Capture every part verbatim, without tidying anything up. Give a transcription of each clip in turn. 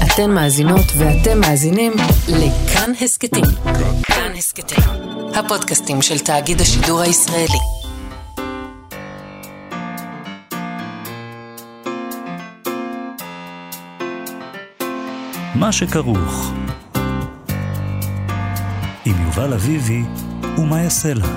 אתן מאזינות ואתם מאזינים לכאן הסקטים. כאן הסקטים, הפודקאסטים של תאגיד השידור הישראלי. מה שכרוך עם יובל אביבי ומה יעשה לה.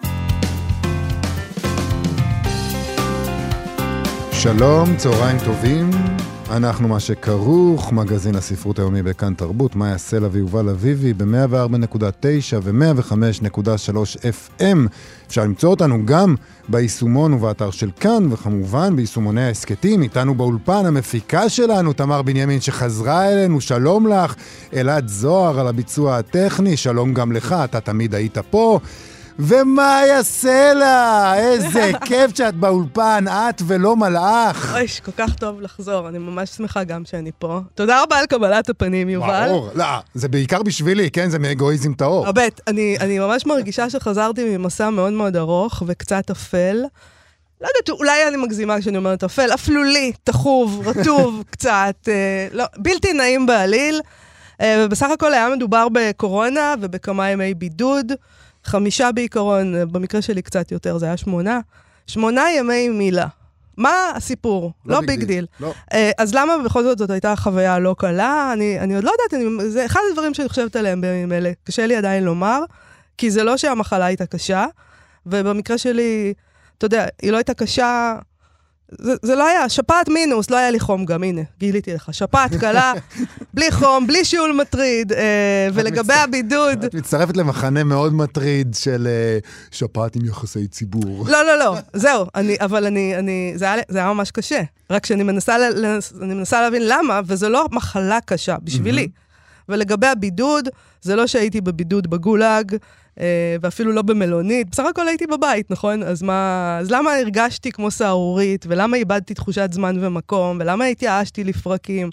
שלום, צהריים טובים. אנחנו מה שכרוך, מגזין הספרות היומי בכאן תרבות, מה יעשה לה ויובל אביבי ב-מאה וארבע נקודה תשע ו-מאה וחמש נקודה שלוש אף אם. אפשר למצוא אותנו גם ביישומון ובאתר של כאן, וכמובן ביישומוני העסקתים. איתנו באולפן המפיקה שלנו, תמר בנימין, שחזרה אלינו. שלום לך. אלעד זוהר על הביצוע הטכני. שלום גם לך, אתה תמיד היית פה. ומה יעשה לה? איזה כיף שאת באולפן, את ולא מלאך. אוי, כל כך טוב לחזור, אני ממש שמחה גם שאני פה. תודה רבה על קבלת הפנים, יובל. ברור, לא, זה בעיקר בשבילי, כן? זה מאגואיזם טהור. הבט, אני, אני ממש מרגישה שחזרתי ממסע מאוד מאוד ארוך וקצת אפל. לא יודעת, אולי אני מגזימה כשאני אומרת אפל, אפלולי, תחוב, רטוב, קצת, אה, לא, בלתי נעים בעליל. אה, ובסך הכל היה מדובר בקורונה ובכמה ימי בידוד. חמישה בעיקרון, במקרה שלי קצת יותר, זה היה שמונה. שמונה ימי מילה. מה הסיפור? לא, לא ביג דיל. לא. אז למה בכל זאת זאת הייתה חוויה לא קלה? אני, אני עוד לא יודעת, אני, זה אחד הדברים שאני חושבת עליהם בימים אלה. קשה לי עדיין לומר, כי זה לא שהמחלה הייתה קשה, ובמקרה שלי, אתה יודע, היא לא הייתה קשה, זה, זה לא היה, שפעת מינוס, לא היה לי חום גם, הנה, גיליתי לך, שפעת קלה, בלי חום, בלי שיעול מטריד, אה, ולגבי הבידוד... את מצטרפת למחנה מאוד מטריד של אה, שפעת עם יחסי ציבור. לא, לא, לא, זהו, אני, אבל אני, אני, זה היה, זה היה ממש קשה, רק שאני מנסה, אני מנסה להבין למה, וזה לא מחלה קשה, בשבילי. ולגבי הבידוד, זה לא שהייתי בבידוד בגולג, ואפילו לא במלונית, בסך הכל הייתי בבית, נכון? אז מה, אז למה הרגשתי כמו סערורית, ולמה איבדתי תחושת זמן ומקום, ולמה התייאשתי לפרקים?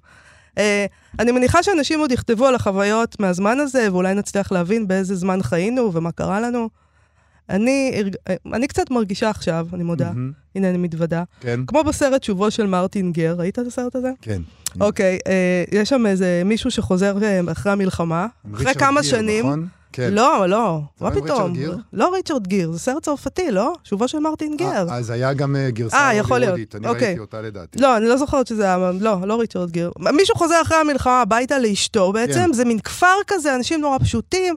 אני מניחה שאנשים עוד יכתבו על החוויות מהזמן הזה, ואולי נצליח להבין באיזה זמן חיינו, ומה קרה לנו. אני, אני קצת מרגישה עכשיו, אני מודה, הנה אני מתוודה. כן. כמו בסרט שובו של מרטין גר, ראית את הסרט הזה? כן. אוקיי, יש שם איזה מישהו שחוזר אחרי המלחמה, אחרי כמה שנים. נכון? כן. לא, לא, מה פתאום? לא ריצ'רד גיר, זה סרט צרפתי, לא? שובו של מרטין גר. אז היה גם גרסה הוליוודית, אני ראיתי אותה לדעתי. לא, אני לא זוכרת שזה היה, לא, לא ריצ'רד גיר. מישהו חוזר אחרי המלחמה הביתה לאשתו, בעצם זה מין כפר כזה, אנשים נורא פשוטים,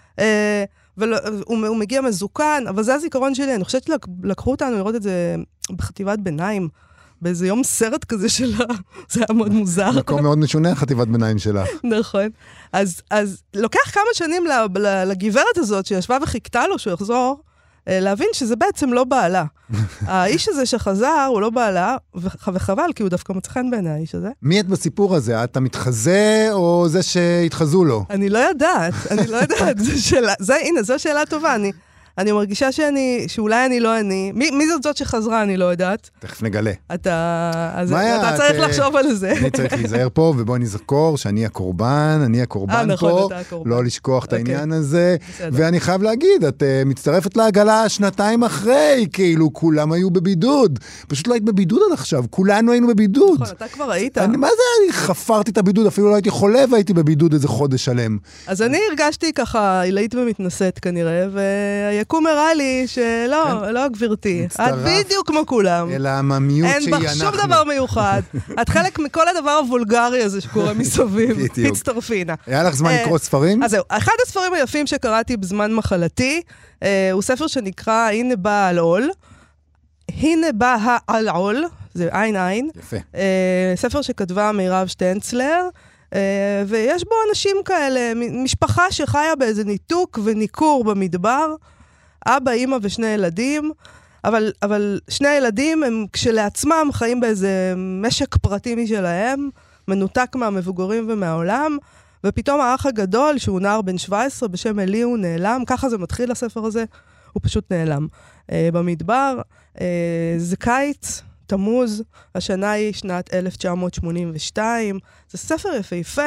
והוא מגיע מזוקן, אבל זה הזיכרון שלי, אני חושבת שלקחו אותנו לראות את זה בחטיבת ביניים, באיזה יום סרט כזה שלה, זה היה מאוד מוזר. מקום מאוד משונה, חטיבת ביניים שלך. נכון. אז, אז לוקח כמה שנים לגברת הזאת, שישבה וחיכתה לו שהוא יחזור, להבין שזה בעצם לא בעלה. האיש הזה שחזר, הוא לא בעלה, וחבל, כי הוא דווקא מצא חן בעיני האיש הזה. מי את בסיפור הזה? אתה מתחזה, או זה שהתחזו לו? אני לא יודעת, אני לא יודעת. זו שאלה, זה, הנה, זו שאלה טובה, אני... אני מרגישה שאני, שאולי אני לא אני. מי, מי זאת זאת שחזרה, אני לא יודעת. תכף נגלה. אתה, אז אתה צריך לחשוב על זה. אני צריך להיזהר פה, ובוא נזכור שאני הקורבן, אני הקורבן פה, לא לשכוח את העניין הזה. ואני חייב להגיד, את מצטרפת לעגלה שנתיים אחרי, כאילו כולם היו בבידוד. פשוט לא היית בבידוד עד עכשיו, כולנו היינו בבידוד. נכון, אתה כבר היית. מה זה? אני חפרתי את הבידוד, אפילו לא הייתי חולה והייתי בבידוד איזה חודש שלם. אז אני הרגשתי ככה, עילאית ומתנשאת כנראה, יקום הראה לי שלא, לא גברתי. את בדיוק כמו כולם. אלא הממיות שהיא אנחנו. אין בה שום דבר מיוחד. את חלק מכל הדבר הוולגרי הזה שקורה מסביב. הצטרפינה. היה לך זמן לקרוא ספרים? אז זהו, אחד הספרים היפים שקראתי בזמן מחלתי, הוא ספר שנקרא הנה בא על עול. הנה בא על עול, זה עין עין. יפה. ספר שכתבה מירב שטנצלר, ויש בו אנשים כאלה, משפחה שחיה באיזה ניתוק וניקור במדבר, אבא, אמא ושני ילדים, אבל, אבל שני ילדים הם כשלעצמם חיים באיזה משק פרטי משלהם, מנותק מהמבוגרים ומהעולם, ופתאום האח הגדול, שהוא נער בן שבע עשרה בשם אלי, הוא נעלם, ככה זה מתחיל הספר הזה, הוא פשוט נעלם. אה, במדבר, אה, זה קיץ, תמוז, השנה היא שנת אלף תשע מאות שמונים ושתיים, זה ספר יפהפה,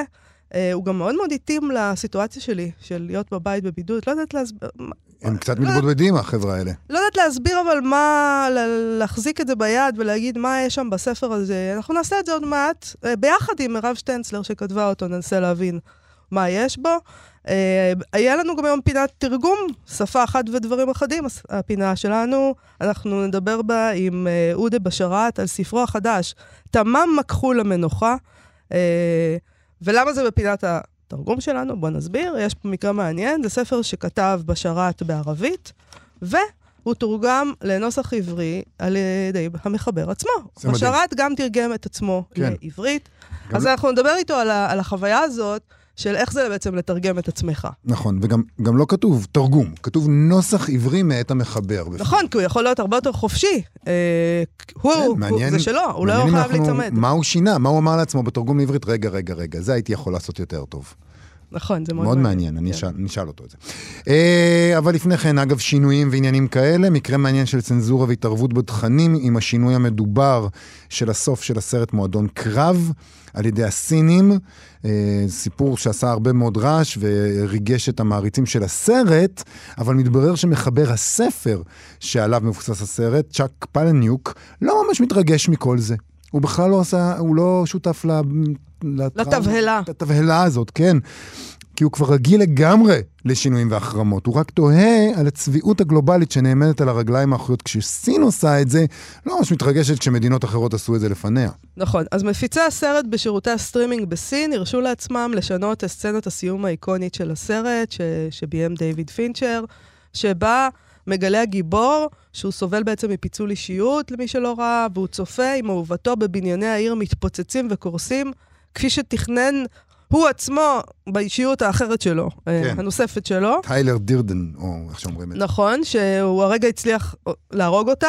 הוא גם מאוד מאוד התאים לסיטואציה שלי, של להיות בבית בבידוד. לא יודעת להסביר... הם קצת מתבודדים, החבר'ה האלה. לא יודעת להסביר, אבל מה, להחזיק את זה ביד ולהגיד מה יש שם בספר הזה. אנחנו נעשה את זה עוד מעט, ביחד עם מירב שטנצלר שכתבה אותו, ננסה להבין מה יש בו. היה לנו גם היום פינת תרגום, שפה אחת ודברים אחדים, הפינה שלנו, אנחנו נדבר בה עם אודה בשרת על ספרו החדש, תמם מכחול המנוחה, ולמה זה בפינת התרגום שלנו? בוא נסביר, יש פה מקרה מעניין, זה ספר שכתב בשרת בערבית, והוא תורגם לנוסח עברי על ידי המחבר עצמו. בשרת גם תרגם את עצמו כן. לעברית, גם... אז אנחנו נדבר איתו על, ה- על החוויה הזאת, של איך זה בעצם לתרגם את עצמך. נכון, וגם גם לא כתוב תרגום, כתוב נוסח עברי מאת המחבר. נכון, כי הוא יכול להיות הרבה יותר חופשי. הוא, זה שלו, הוא לא חייב להצמד. מה הוא שינה? מה הוא אמר לעצמו בתרגום לעברית? רגע, רגע, רגע, זה הייתי יכול לעשות יותר טוב. נכון, זה מאוד, מאוד מעניין, מעניין. אני כן. נשאל אותו את זה. אה, אבל לפני כן, אגב, שינויים ועניינים כאלה, מקרה מעניין של צנזורה והתערבות בתכנים, עם השינוי המדובר של הסוף של הסרט מועדון קרב, על ידי הסינים, אה, סיפור שעשה הרבה מאוד רעש, וריגש את המעריצים של הסרט, אבל מתברר שמחבר הספר שעליו מבוסס הסרט, צ'אק פלניוק, לא ממש מתרגש מכל זה. הוא בכלל לא עשה, הוא לא שותף ל... לתבהלה. לתבהלה הזאת, כן. כי הוא כבר רגיל לגמרי לשינויים והחרמות. הוא רק תוהה על הצביעות הגלובלית שנעמדת על הרגליים האחוריות. כשסין עושה את זה, לא ממש מתרגשת כשמדינות אחרות עשו את זה לפניה. נכון. אז מפיצי הסרט בשירותי הסטרימינג בסין הרשו לעצמם לשנות את סצנת הסיום האיקונית של הסרט, ש... שביים דיוויד פינצ'ר, שבה מגלה הגיבור, שהוא סובל בעצם מפיצול אישיות למי שלא ראה, והוא צופה עם אהובתו בבנייני העיר מתפוצצים וקורסים, כפי שתכנן הוא עצמו באישיות האחרת שלו, כן. הנוספת שלו. טיילר דירדן, או איך שאומרים את זה. נכון, שהוא הרגע הצליח להרוג אותה.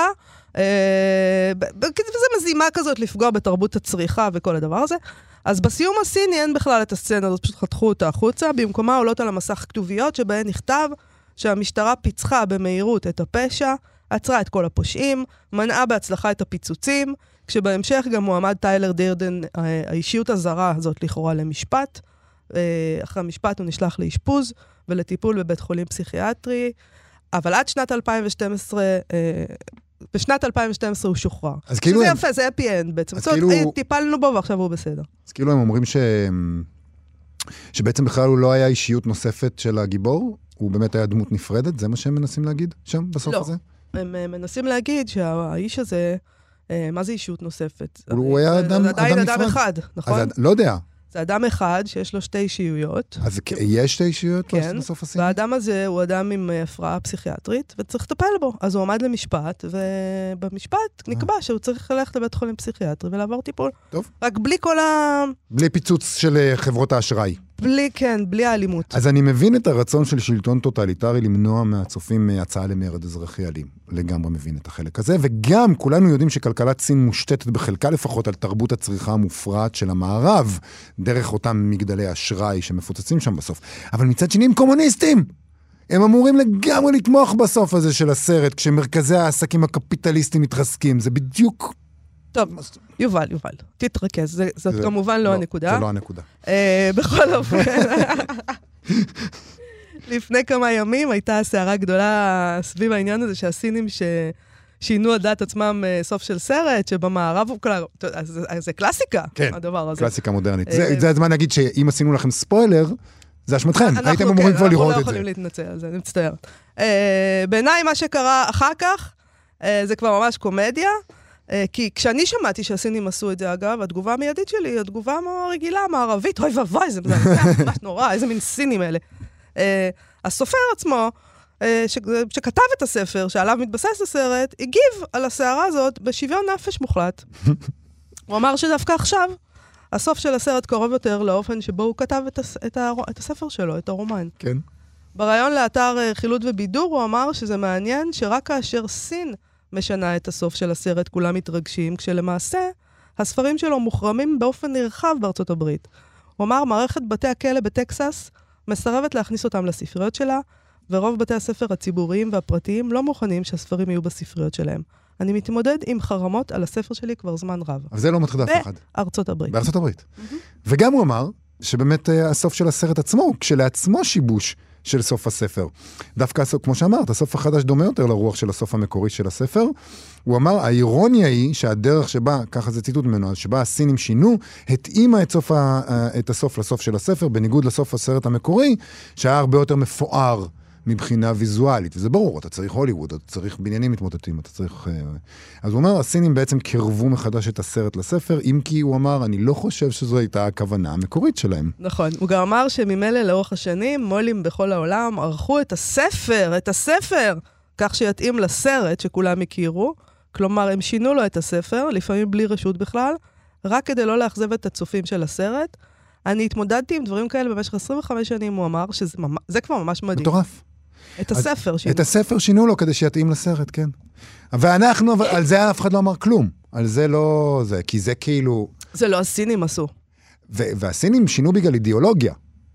וזה מזימה כזאת לפגוע בתרבות הצריכה וכל הדבר הזה. אז בסיום הסיני אין בכלל את הסצנה הזאת, פשוט חתכו אותה החוצה, במקומה עולות על המסך כתוביות שבהן נכתב שהמשטרה פיצחה במהירות את הפשע, עצרה את כל הפושעים, מנעה בהצלחה את הפיצוצים, כשבהמשך גם מועמד טיילר דירדן, האישיות הזרה הזאת לכאורה למשפט. אחרי המשפט הוא נשלח לאשפוז ולטיפול בבית חולים פסיכיאטרי, אבל עד שנת אלפיים ושתים עשרה, בשנת אלפיים ושתים עשרה הוא שוחרר. שזה כאילו יפה, הם... זה אפי אנד בעצם. זאת אומרת, כאילו... טיפלנו בו ועכשיו הוא בסדר. אז כאילו הם אומרים ש... שבעצם בכלל הוא לא היה אישיות נוספת של הגיבור, הוא באמת היה דמות נפרדת, זה מה שהם מנסים להגיד שם בסוף לא. הזה? הם מנסים להגיד שהאיש הזה, מה זה אישיות נוספת? הוא היה אדם, זה עדיין אדם, אדם נפרד. אחד, נכון? אז, לא יודע. זה אדם אחד שיש לו שתי אישיויות. אז יש שתי אישיויות כן, בסוף הסיני? והאדם הזה הוא אדם עם הפרעה פסיכיאטרית, וצריך לטפל בו. אז הוא עמד למשפט, ובמשפט נקבע שהוא צריך ללכת לבית חולים פסיכיאטרי ולעבור טיפול. טוב. רק בלי כל ה... בלי פיצוץ של חברות האשראי. בלי, כן, בלי האלימות. אז אני מבין את הרצון של שלטון טוטליטרי למנוע מהצופים הצעה למרד אזרחי אלים. לגמרי מבין את החלק הזה, וגם כולנו יודעים שכלכלת סין מושתתת בחלקה לפחות על תרבות הצריכה המופרעת של המערב, דרך אותם מגדלי אשראי שמפוצצים שם בסוף. אבל מצד שני הם קומוניסטים! הם אמורים לגמרי לתמוך בסוף הזה של הסרט, כשמרכזי העסקים הקפיטליסטים מתחזקים. זה בדיוק... טוב, יובל, יובל, תתרכז, זאת כמובן לא הנקודה. זה לא הנקודה. בכל אופן, לפני כמה ימים הייתה סערה גדולה סביב העניין הזה שהסינים ששינו את דעת עצמם סוף של סרט, שבמערב הוא כלל, זה קלאסיקה, הדבר הזה. קלאסיקה מודרנית. זה הזמן להגיד שאם עשינו לכם ספוילר, זה אשמתכם, הייתם אמורים כבר לראות את זה. אנחנו לא יכולים להתנצל על זה, אני מצטער. בעיניי מה שקרה אחר כך, זה כבר ממש קומדיה, כי כשאני שמעתי שהסינים עשו את זה, אגב, התגובה המיידית שלי היא התגובה הרגילה, המערבית, אוי ואבוי, זה ממש נורא, איזה מין סינים האלה. הסופר עצמו, שכתב את הספר, שעליו מתבסס הסרט, הגיב על הסערה הזאת בשוויון נפש מוחלט. הוא אמר שדווקא עכשיו, הסוף של הסרט קרוב יותר לאופן שבו הוא כתב את, הס... את, ה... את הספר שלו, את הרומן. כן. ברעיון לאתר חילוט ובידור, הוא אמר שזה מעניין שרק כאשר סין משנה את הסוף של הסרט, כולם מתרגשים, כשלמעשה הספרים שלו מוחרמים באופן נרחב בארצות הברית. הוא אמר, מערכת בתי הכלא בטקסס מסרבת להכניס אותם לספריות שלה, ורוב בתי הספר הציבוריים והפרטיים לא מוכנים שהספרים יהיו בספריות שלהם. אני מתמודד עם חרמות על הספר שלי כבר זמן רב. אבל זה לא מטריד אף אחד. בארצות הברית. בארצות הברית. Mm-hmm. וגם הוא אמר שבאמת הסוף של הסרט עצמו, הוא כשלעצמו שיבוש של סוף הספר. דווקא, כמו שאמרת, הסוף החדש דומה יותר לרוח של הסוף המקורי של הספר. הוא אמר, האירוניה היא שהדרך שבה, ככה זה ציטוט ממנו, שבה הסינים שינו, התאימה את, סוף ה, את הסוף לסוף של הספר, בניגוד לסוף הסרט המקורי, שהיה הרבה יותר מפואר מבחינה ויזואלית. וזה ברור, אתה צריך הוליווד, אתה צריך בניינים מתמוטטים, אתה צריך... אז הוא אומר, הסינים בעצם קרבו מחדש את הסרט לספר, אם כי הוא אמר, אני לא חושב שזו הייתה הכוונה המקורית שלהם. נכון. הוא גם אמר שממילא לאורך השנים, מולים בכל העולם ערכו את הספר, את הספר, כך שיתאים לסרט שכולם הכירו. כלומר, הם שינו לו את הספר, לפעמים בלי רשות בכלל, רק כדי לא לאכזב את הצופים של הסרט. אני התמודדתי עם דברים כאלה במשך עשרים וחמש שנים, הוא אמר, שזה ממש, זה כבר ממש מדהים. מטורף. את הספר שינו. את הספר שינו לו כדי שיתאים לסרט, כן. ואנחנו, על זה אף אחד לא אמר כלום. על זה לא... זה, כי זה כאילו... זה לא הסינים עשו. והסינים שינו בגלל אידיאולוגיה.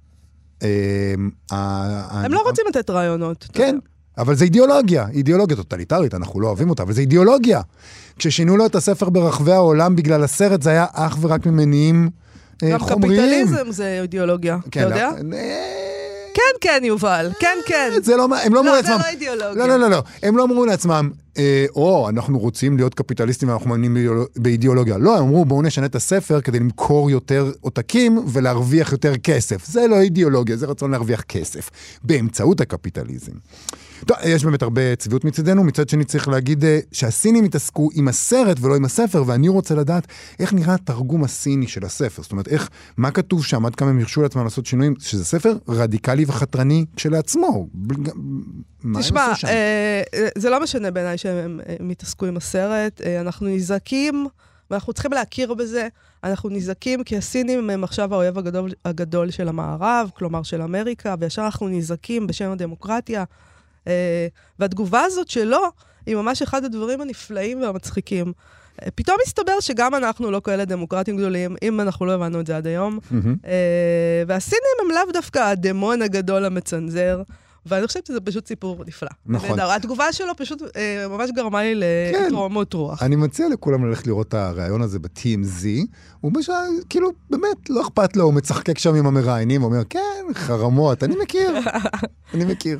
הם לא רוצים לתת רעיונות. כן, אבל זה אידיאולוגיה. אידיאולוגיה טוטליטרית, אנחנו לא אוהבים אותה, אבל זה אידיאולוגיה. כששינו לו את הספר ברחבי העולם בגלל הסרט, זה היה אך ורק ממניעים חומריים. גם קפיטליזם זה אידיאולוגיה, אתה יודע? כן, כן, יובל, כן, כן. זה לא, הם לא אמרו לעצמם. לא, זה לא אידיאולוגיה. לא, לא, לא, לא. הם לא אמרו לעצמם, או, אנחנו רוצים להיות קפיטליסטים ואנחנו מאמינים באידיאולוגיה. לא, הם אמרו, בואו נשנה את הספר כדי למכור יותר עותקים ולהרוויח יותר כסף. זה לא אידיאולוגיה, זה רצון להרוויח כסף. באמצעות הקפיטליזם. טוב, יש באמת הרבה צביעות מצדנו, מצד שני צריך להגיד שהסינים התעסקו עם הסרט ולא עם הספר, ואני רוצה לדעת איך נראה התרגום הסיני של הספר. זאת אומרת, איך, מה כתוב שם, עד כמה הם הרשו לעצמם לעשות שינויים, שזה ספר רדיקלי וחתרני כשלעצמו. תשמע, אה, זה לא משנה בעיניי שהם מתעסקו עם הסרט, אה, אנחנו נזעקים, ואנחנו צריכים להכיר בזה, אנחנו נזעקים כי הסינים הם עכשיו האויב הגדול, הגדול של המערב, כלומר של אמריקה, וישר אנחנו נזעקים בשם הדמוקרטיה, Uh, והתגובה הזאת שלו היא ממש אחד הדברים הנפלאים והמצחיקים. Uh, פתאום מסתבר שגם אנחנו לא כאלה דמוקרטים גדולים, אם אנחנו לא הבנו את זה עד היום. Mm-hmm. Uh, והסינים הם לאו דווקא הדמון הגדול המצנזר, ואני חושבת שזה פשוט סיפור נפלא. נכון. התגובה שלו פשוט uh, ממש גרמה לי כן. לתרומות רוח. אני מציע לכולם ללכת לראות את הרעיון הזה ב-טי אם זי, הוא בשביל, כאילו, באמת, לא אכפת לו, הוא מצחקק שם עם המראיינים, הוא אומר, כן, חרמות, אני מכיר, אני מכיר.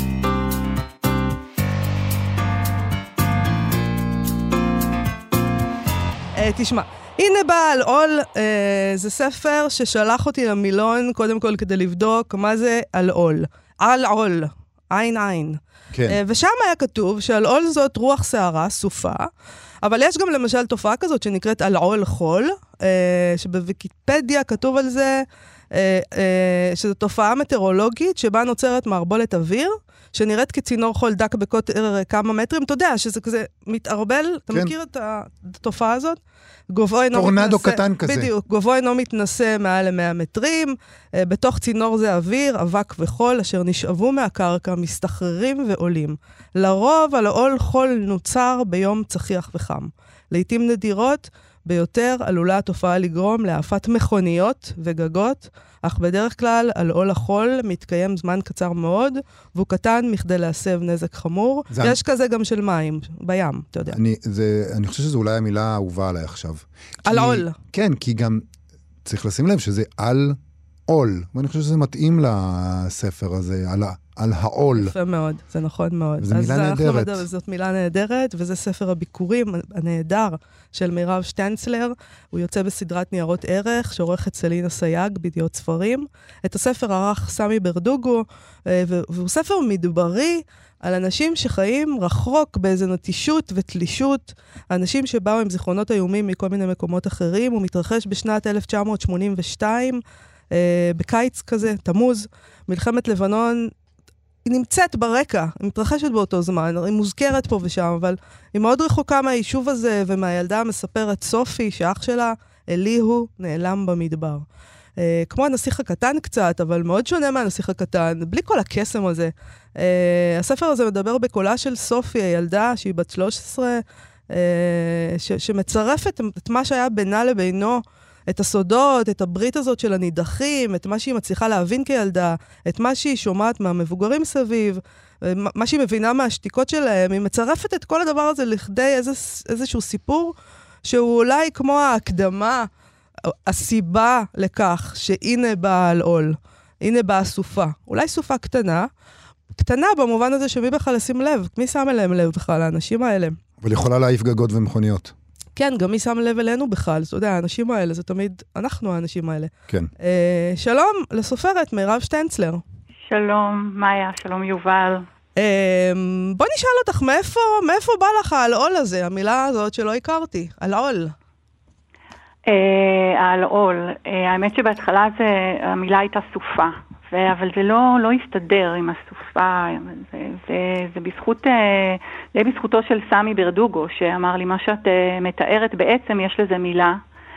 תשמע, הנה בא על עול, אה, זה ספר ששלח אותי למילון, קודם כל כדי לבדוק מה זה על עול. על עול, עין עין. כן. אה, ושם היה כתוב שעל עול זאת רוח שערה, סופה, אבל יש גם למשל תופעה כזאת שנקראת על עול חול, אה, שבוויקיפדיה כתוב על זה, אה, אה, שזו תופעה מטאורולוגית שבה נוצרת מערבולת אוויר, שנראית כצינור חול דק בקוטר כמה מטרים, אתה יודע שזה כזה מתערבל, אתה כן. מכיר את התופעה הזאת? טורנדו מתנסה, קטן כזה. בדיוק, גובו אינו מתנסה מעל ל-מאה מטרים, בתוך צינור זה אוויר, אבק וחול, אשר נשאבו מהקרקע, מסתחררים ועולים. לרוב על העול חול נוצר ביום צחיח וחם. לעתים נדירות, ביותר עלולה התופעה לגרום להפת מכוניות וגגות, אך בדרך כלל על עול החול מתקיים זמן קצר מאוד, והוא קטן מכדי להסב נזק חמור. יש כזה גם של מים, בים, אתה יודע. אני, זה, אני חושב שזו אולי המילה האהובה עליי עכשיו. על כי, עול. כן, כי גם צריך לשים לב שזה על עול, ואני חושב שזה מתאים לספר הזה, על, על העול. יפה מאוד, זה נכון מאוד. זו מילה נהדרת. מדבר, זאת מילה נהדרת, וזה ספר הביקורים הנהדר של מירב שטנצלר. הוא יוצא בסדרת ניירות ערך, שעורכת סלינה סייג בידיעות ספרים. את הספר ערך סמי ברדוגו, והוא ספר מדברי על אנשים שחיים רחוק באיזו נטישות ותלישות, אנשים שבאו עם זיכרונות איומים מכל מיני מקומות אחרים. הוא מתרחש בשנת אלף תשע מאות שמונים ושתיים, בקיץ כזה, תמוז. מלחמת לבנון היא נמצאת ברקע, היא מתרחשת באותו זמן, היא מוזכרת פה ושם, אבל היא מאוד רחוקה מהיישוב הזה, ומהילדה המספרת סופי, שאח שלה, אליהו, נעלם במדבר. אה, כמו הנסיך הקטן קצת, אבל מאוד שונה מהנסיך הקטן, בלי כל הקסם הזה. אה, הספר הזה מדבר בקולה של סופי, הילדה שהיא בת שלוש עשרה, אה, ש- שמצרפת את מה שהיה בינה לבינו, את הסודות, את הברית הזאת של הנידחים, את מה שהיא מצליחה להבין כילדה, את מה שהיא שומעת מהמבוגרים סביב, מה שהיא מבינה מהשתיקות שלהם, היא מצרפת את כל הדבר הזה לכדי איזה, איזשהו סיפור, שהוא אולי כמו ההקדמה הסיבה לכך שהנה באה על עול, הנה באה סופה, אולי סופה קטנה, קטנה במובן הזה שמי בכלל לשים לב, מי שם אליהם לב בכלל, האנשים האלה. אבל יכולה להעיף גגות ומכוניות. כן, גם מי שם לב אלינו בכלל, אתה יודע, האנשים האלה, זה תמיד אנחנו האנשים האלה. כן. אה, שלום לסופרת, מירב שטנצלר. שלום, מאיה, שלום יובל. אה, בוא נשאל אותך, מאיפה, מאיפה בא לך על עול הזה, המילה הזאת שלא הכרתי, על עול? אה, על עול. אה, האמת שבהתחלה זה, המילה הייתה סופה, ו- אבל זה לא, לא הסתדר עם הסופה, זה, זה, זה בזכות, זה בזכותו של סמי ברדוגו, שאמר לי, מה שאת מתארת בעצם יש לזה מילה.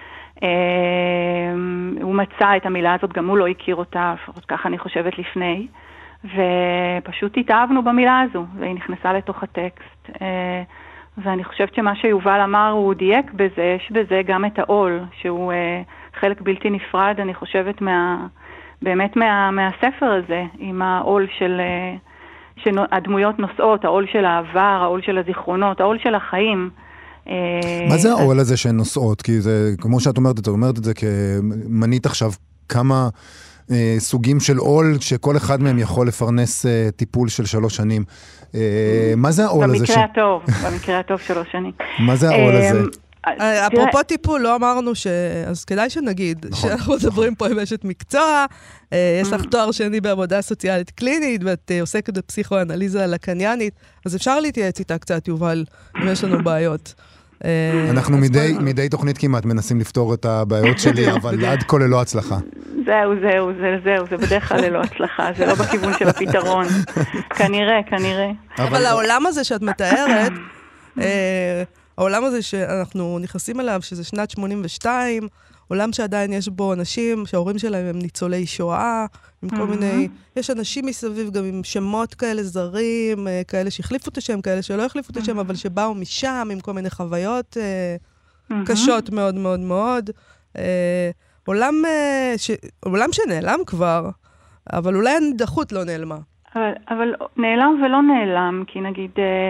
הוא מצא את המילה הזאת, גם הוא לא הכיר אותה, ככה אני חושבת לפני, ופשוט התאהבנו במילה הזו, והיא נכנסה לתוך הטקסט. ואני חושבת שמה שיובל אמר, הוא דייק בזה, יש בזה גם את העול, שהוא חלק בלתי נפרד, אני חושבת מה... באמת מה, מהספר הזה, עם העול של, שהדמויות נושאות, העול של העבר, העול של הזיכרונות, העול של החיים. מה זה העול הזה שהן נושאות? כי זה, כמו שאת אומרת את זה, אומרת את זה כמנית עכשיו כמה אה, סוגים של עול, שכל אחד מהם יכול לפרנס אה, טיפול של שלוש שנים. אה, מה זה העול הזה? במקרה הטוב, במקרה הטוב שלוש שנים. מה זה העול הזה? אפרופו טיפול, לא אמרנו ש... אז כדאי שנגיד שאנחנו מדברים פה עם אשת מקצוע, יש לך תואר שני בעבודה סוציאלית קלינית, ואת עוסקת בפסיכואנליזה לקניאנית, אז אפשר להתייעץ איתה קצת, יובל, אם יש לנו בעיות. אנחנו מדי תוכנית כמעט מנסים לפתור את הבעיות שלי, אבל עד כה ללא הצלחה. זהו, זהו, זהו, זה בדרך כלל ללא הצלחה, זה לא בכיוון של הפתרון. כנראה, כנראה. אבל העולם הזה שאת מתארת, העולם הזה שאנחנו נכנסים אליו, שזה שנת שמונים ושתיים, עולם שעדיין יש בו אנשים שההורים שלהם הם ניצולי שואה, עם כל מיני, יש אנשים מסביב גם עם שמות כאלה זרים, כאלה שהחליפו את השם, כאלה שלא החליפו את השם, אבל שבאו משם עם כל מיני חוויות קשות מאוד מאוד מאוד. עולם, ש... עולם שנעלם כבר, אבל אולי הנידחות לא נעלמה. אבל, אבל נעלם ולא נעלם, כי נגיד...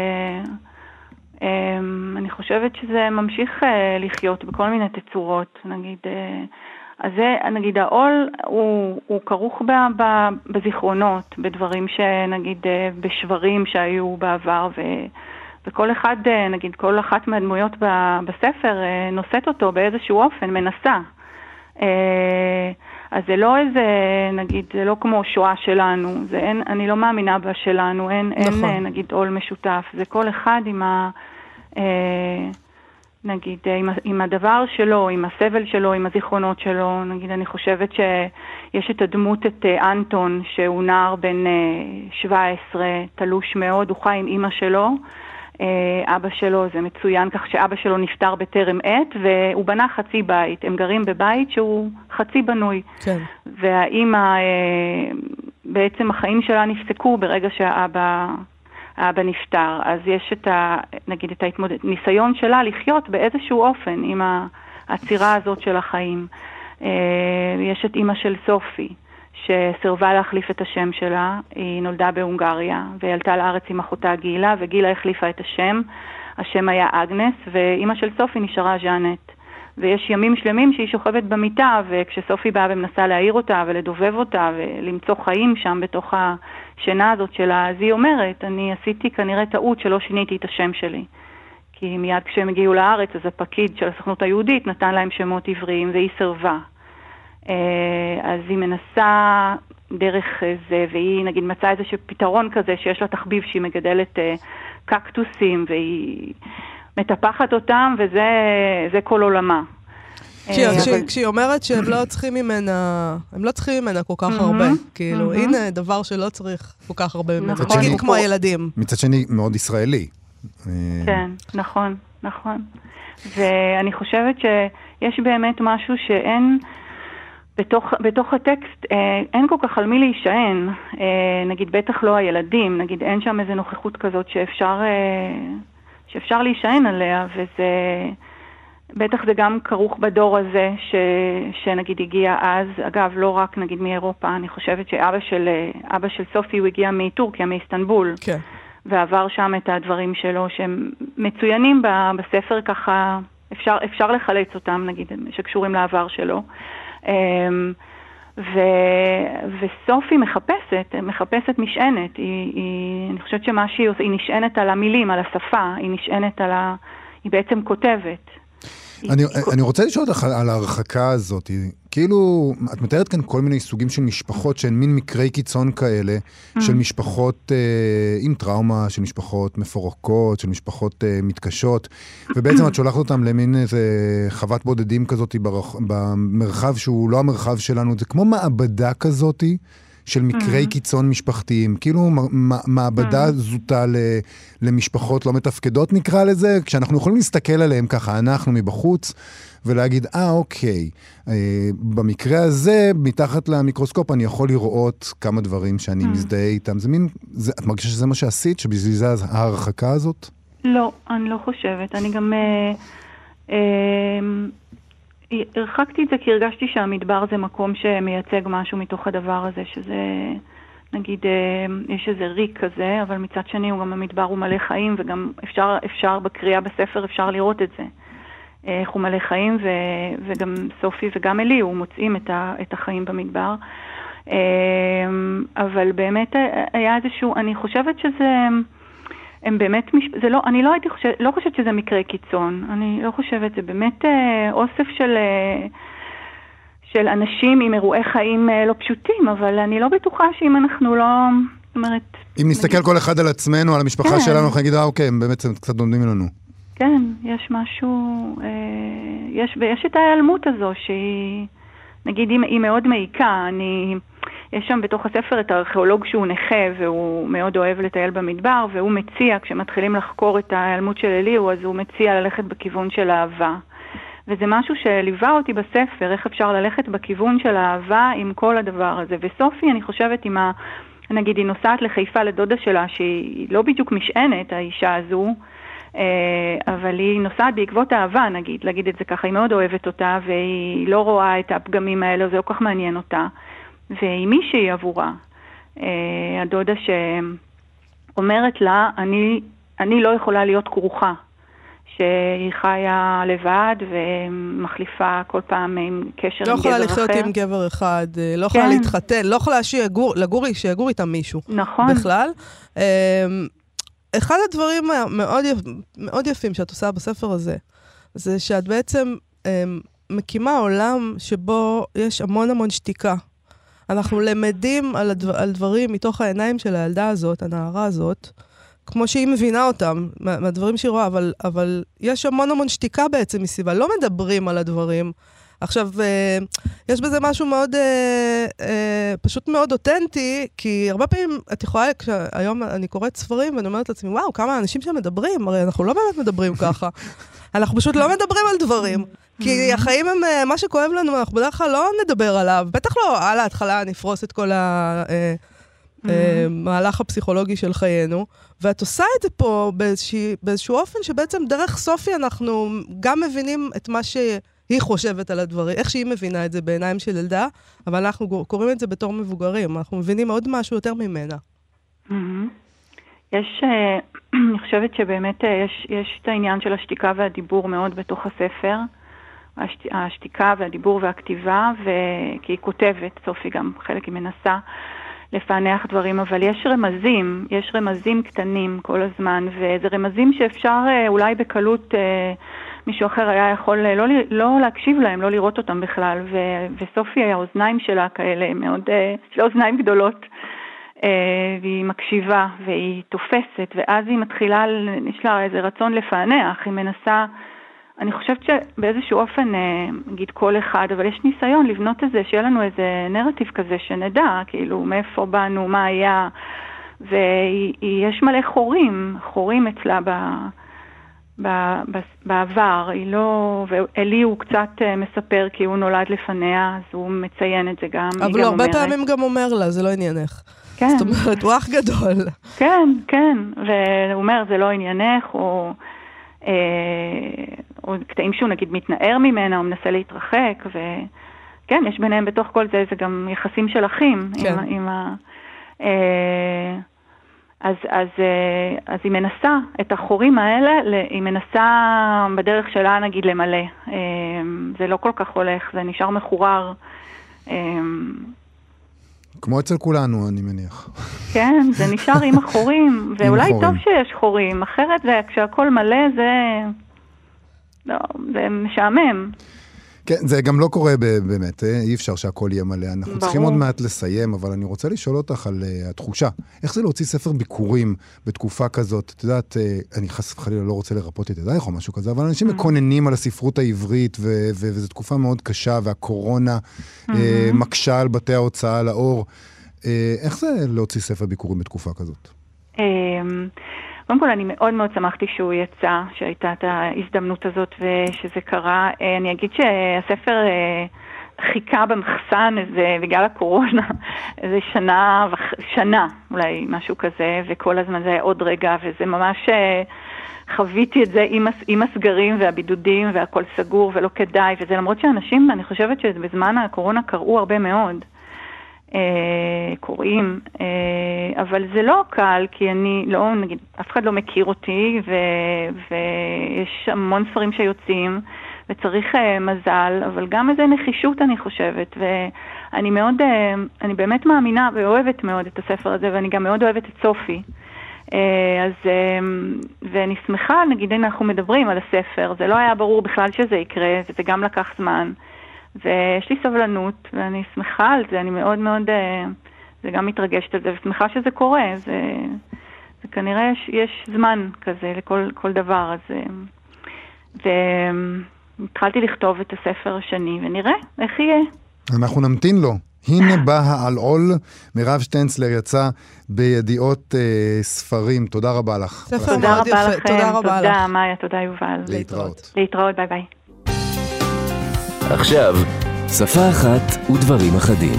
אני חושבת שזה ממשיך לחיות בכל מיני תצורות, נגיד, אז זה, נגיד, העול הוא, הוא כרוך ב, ב, בזיכרונות, בדברים שנגיד, בשברים שהיו בעבר, ו, וכל אחד, נגיד, כל אחת מהדמויות בספר נושאת אותו באיזשהו אופן, מנסה. אז זה לא איזה, נגיד, זה לא כמו שואה שלנו, זה אין, אני לא מאמינה בה שלנו, אין, נכון. אין, נגיד, עול משותף, זה כל אחד עם ה... אה, נגיד, עם, עם הדבר שלו, עם הסבל שלו, עם הזיכרונות שלו, נגיד, אני חושבת שיש את הדמות, את אה, אנטון, שהוא נער בן אה, שבע עשרה, תלוש מאוד, הוא חי עם אמא שלו, אה, אבא שלו, זה מצוין כך שאבא שלו נפטר בטרם עת, והוא בנה חצי בית, הם גרים בבית שהוא חצי בנוי. כן. והאמא, אה, בעצם החיים שלה נפסקו ברגע שהאבא... האבא נפטר, אז יש את ה, נגיד, את ההתמודד, ניסיון שלה לחיות באיזשהו אופן עם העצירה הזאת של החיים. יש את אמא של סופי, שסרבה להחליף את השם שלה, היא נולדה בהונגריה, ועלתה לארץ עם אחותה גילה, וגילה החליפה את השם, השם היה אגנס, ואמא של סופי נשארה ז'אנט. ויש ימים שלמים שהיא שוכבת במיטה, וכשסופי באה ומנסה להעיר אותה ולדובב אותה ולמצוא חיים שם בתוך השינה הזאת שלה, אז היא אומרת, אני עשיתי כנראה טעות שלא שיניתי את השם שלי. כי מיד כשהם הגיעו לארץ, אז הפקיד של הסוכנות היהודית נתן להם שמות עבריים, והיא סרבה. אז היא מנסה דרך זה, והיא נגיד מצאה איזשהו פתרון כזה שיש לה תחביב שהיא מגדלת קקטוסים, והיא... מטפחת אותם, וזה זה כל עולמה. כשהיא אומרת שהם לא צריכים ממנה, הם לא צריכים ממנה כל כך הרבה. כאילו, הנה דבר שלא צריך כל כך הרבה ממנה. תגיד כמו הילדים. מצד שני, מאוד ישראלי. כן, נכון, נכון. ואני חושבת שיש באמת משהו שאין, בתוך הטקסט, אין כל כך על מי להישען. נגיד, בטח לא הילדים, נגיד, אין שם איזו נוכחות כזאת שאפשר... שאפשר להישען עליה, וזה, בטח זה גם כרוך בדור הזה, ש, שנגיד הגיע אז, אגב, לא רק נגיד מאירופה, אני חושבת שאבא של, אבא של סופי הוא הגיע מטורקיה, מאיסטנבול, כן. ועבר שם את הדברים שלו, שהם מצוינים בספר ככה, אפשר, אפשר לחלץ אותם, נגיד, שקשורים לעבר שלו. ו, וסופי מחפשת, מחפשת משענת, היא, היא, אני חושבת שמה שהיא עושה, היא נשענת על המילים, על השפה, היא נשענת על ה... היא בעצם כותבת. אני, אני רוצה לשאול אותך על ההרחקה הזאת, כאילו, את מתארת כאן כל מיני סוגים של משפחות שהן מין מקרי קיצון כאלה, של משפחות אה, עם טראומה, של משפחות מפורקות, של משפחות אה, מתקשות, ובעצם את שולחת אותם למין איזה חוות בודדים כזאת ברח, במרחב שהוא לא המרחב שלנו, זה כמו מעבדה כזאת, של מקרי קיצון משפחתיים, כאילו מעבדה זוטה למשפחות לא מתפקדות נקרא לזה, כשאנחנו יכולים להסתכל עליהם ככה, אנחנו מבחוץ, ולהגיד, אה אוקיי, במקרה הזה, מתחת למיקרוסקופ, אני יכול לראות כמה דברים שאני מזדהה איתם. זה מין, את מרגישה שזה מה שעשית, שבשביל זה ההרחקה הזאת? לא, אני לא חושבת. אני גם... הרחקתי את זה כי הרגשתי שהמדבר זה מקום שמייצג משהו מתוך הדבר הזה, שזה, נגיד, יש איזה ריק כזה, אבל מצד שני הוא גם המדבר הוא מלא חיים, וגם אפשר, אפשר בקריאה בספר אפשר לראות את זה. איך הוא מלא חיים, ו, וגם סופי וגם אלי, הוא מוצאים את, ה, את החיים במדבר. אבל באמת היה איזשהו, אני חושבת שזה... הם באמת, זה לא, אני לא הייתי חושבת, לא חושבת שזה מקרה קיצון. אני לא חושבת, זה באמת אה, אוסף של, אה, של אנשים עם אירועי חיים אה, לא פשוטים, אבל אני לא בטוחה שאם אנחנו לא, זאת אומרת... אם נסתכל נגיד... כל אחד על עצמנו, על המשפחה כן. שלנו, אנחנו נגיד, אה, אוקיי, הם באמת קצת דומים לנו. כן, יש משהו, אה, יש, ויש את ההיעלמות הזו, שהיא, נגיד, היא, היא מאוד מעיקה, אני... יש שם בתוך הספר את הארכיאולוג שהוא נכה, והוא מאוד אוהב לטייל במדבר, והוא מציע, כשמתחילים לחקור את ההיעלמות של אליהו, אז הוא מציע ללכת בכיוון של האהבה. וזה משהו שליווה אותי בספר, איך אפשר ללכת בכיוון של האהבה עם כל הדבר הזה. וסופי, אני חושבת, עם ה... נגיד, היא נוסעת לחיפה לדודה שלה, שהיא לא בדיוק משענת, האישה הזו, אבל היא נוסעת בעקבות האהבה, נגיד, להגיד את זה ככה, היא מאוד אוהבת אותה, והיא לא רואה את הפגמים האלה, זה לא כל כך מעניין אותה. והיא מישהי עבורה, הדודה שאומרת לה, אני, אני לא יכולה להיות כרוכה, שהיא חיה לבד ומחליפה כל פעם עם קשר לא עם גבר אחר. לא יכולה לחיות עם גבר אחד, לא יכולה כן. להתחתן, לא יכולה שיגור, לגור, שיגור איתה מישהו. נכון. בכלל. אחד הדברים מאוד, מאוד יפים שאת עושה בספר הזה, זה שאת בעצם מקימה עולם שבו יש המון המון שתיקה. אנחנו למדים על, הדבר, על דברים מתוך העיניים של הילדה הזאת, הנערה הזאת, כמו שהיא מבינה אותם, מה, מהדברים שהיא רואה, אבל, אבל יש המון המון שתיקה בעצם מסיבה, לא מדברים על הדברים. עכשיו, אה, יש בזה משהו מאוד, אה, אה, פשוט מאוד אותנטי, כי הרבה פעמים את יכולה, כשהיום אני קוראת ספרים ואני אומרת לעצמי, וואו, כמה אנשים שמדברים, הרי אנחנו לא באמת מדברים ככה. אנחנו פשוט לא מדברים על דברים. כי החיים הם, מה שכואב לנו, אנחנו בדרך כלל לא נדבר עליו. בטח לא על ההתחלה נפרוס את כל המהלך הפסיכולוגי של חיינו. ואת עושה את זה פה באיזשהו אופן שבעצם דרך סופי אנחנו גם מבינים את מה שהיא חושבת על הדברים, איך שהיא מבינה את זה בעיניים של ילדה, אבל אנחנו קוראים את זה בתור מבוגרים. אנחנו מבינים עוד משהו יותר ממנה. יש, אני חושבת שבאמת יש, יש את העניין של השתיקה והדיבור מאוד בתוך הספר. השת, השתיקה והדיבור והכתיבה, כי היא כותבת, סופי גם חלק היא מנסה לפענח דברים, אבל יש רמזים, יש רמזים קטנים כל הזמן, וזה רמזים שאפשר אולי בקלות מישהו אחר היה יכול לא, לא להקשיב להם, לא לראות אותם בכלל, ו, וסופי האוזניים שלה כאלה מאוד, יש לה אוזניים גדולות, והיא מקשיבה והיא תופסת, ואז היא מתחילה, יש לה איזה רצון לפענח, היא מנסה, אני חושבת שבאיזשהו אופן, נגיד כל אחד, אבל יש ניסיון לבנות את זה, שיהיה לנו איזה נרטיב כזה שנדע, כאילו מאיפה באנו, מה היה, ויש מלא חורים, חורים אצלה ב, ב, ב, בעבר, היא לא, ואלי הוא קצת מספר כי הוא נולד לפניה, אז הוא מציין את זה גם. אבל לא, הרבה פעמים גם אומר לה, זה לא עניינך. כן. זאת אומרת, הוא אח גדול. כן, כן, והוא אומר, זה לא עניינך, או... או קטעים שהוא נגיד מתנער ממנה או מנסה להתרחק, וכן, יש ביניהם בתוך כל זה, זה גם יחסים של אחים. כן. עם, עם ה... אז, אז, אז היא מנסה את החורים האלה, היא מנסה בדרך שלה נגיד למלא. זה לא כל כך הולך, זה נשאר מחורר. כמו אצל כולנו, אני מניח. כן, זה נשאר עם החורים, ואולי טוב שיש חורים, אחרת זה, כשהכל מלא זה, לא, זה משעמם. כן, זה גם לא קורה באמת, אי אפשר שהכל יהיה מלא. אנחנו ברור. צריכים עוד מעט לסיים, אבל אני רוצה לשאול אותך על uh, התחושה. איך זה להוציא ספר ביקורים בתקופה כזאת? את יודעת, uh, אני חס וחלילה לא רוצה לרפות את ידייך או משהו כזה, אבל אנשים mm-hmm. מקוננים על הספרות העברית, ו- ו- וזו תקופה מאוד קשה, והקורונה mm-hmm. uh, מקשה על בתי ההוצאה לאור. Uh, איך זה להוציא ספר ביקורים בתקופה כזאת? קודם כל, אני מאוד מאוד שמחתי שהוא יצא, שהייתה את ההזדמנות הזאת ושזה קרה. אני אגיד שהספר חיכה במחסן איזה, בגלל הקורונה, איזה שנה, שנה, אולי משהו כזה, וכל הזמן זה היה עוד רגע, וזה ממש חוויתי את זה עם, עם הסגרים והבידודים והכל סגור ולא כדאי, וזה למרות שאנשים, אני חושבת שבזמן הקורונה קראו הרבה מאוד. קוראים, אבל זה לא קל, כי אני לא, נגיד, אף אחד לא מכיר אותי, ויש המון ספרים שיוצאים, וצריך מזל, אבל גם איזה נחישות אני חושבת, ואני מאוד, אני באמת מאמינה ואוהבת מאוד את הספר הזה, ואני גם מאוד אוהבת את סופי. אז, ואני שמחה, נגיד, אנחנו מדברים על הספר, זה לא היה ברור בכלל שזה יקרה, וזה גם לקח זמן. ויש לי סבלנות, ואני שמחה על זה, אני מאוד מאוד, זה גם מתרגשת על זה, ושמחה שזה קורה, זה, זה כנראה יש, יש זמן כזה לכל כל דבר, אז, והתחלתי לכתוב את הספר השני, ונראה איך יהיה. אנחנו נמתין לו. הנה בא העלעול, מירב שטנצלר יצא בידיעות אה, ספרים, תודה רבה לך. ספר מאוד יפה, תודה רבה לך. תודה מאיה, תודה יובל. להתראות. להתראות, ביי ביי. עכשיו, שפה אחת ודברים אחדים.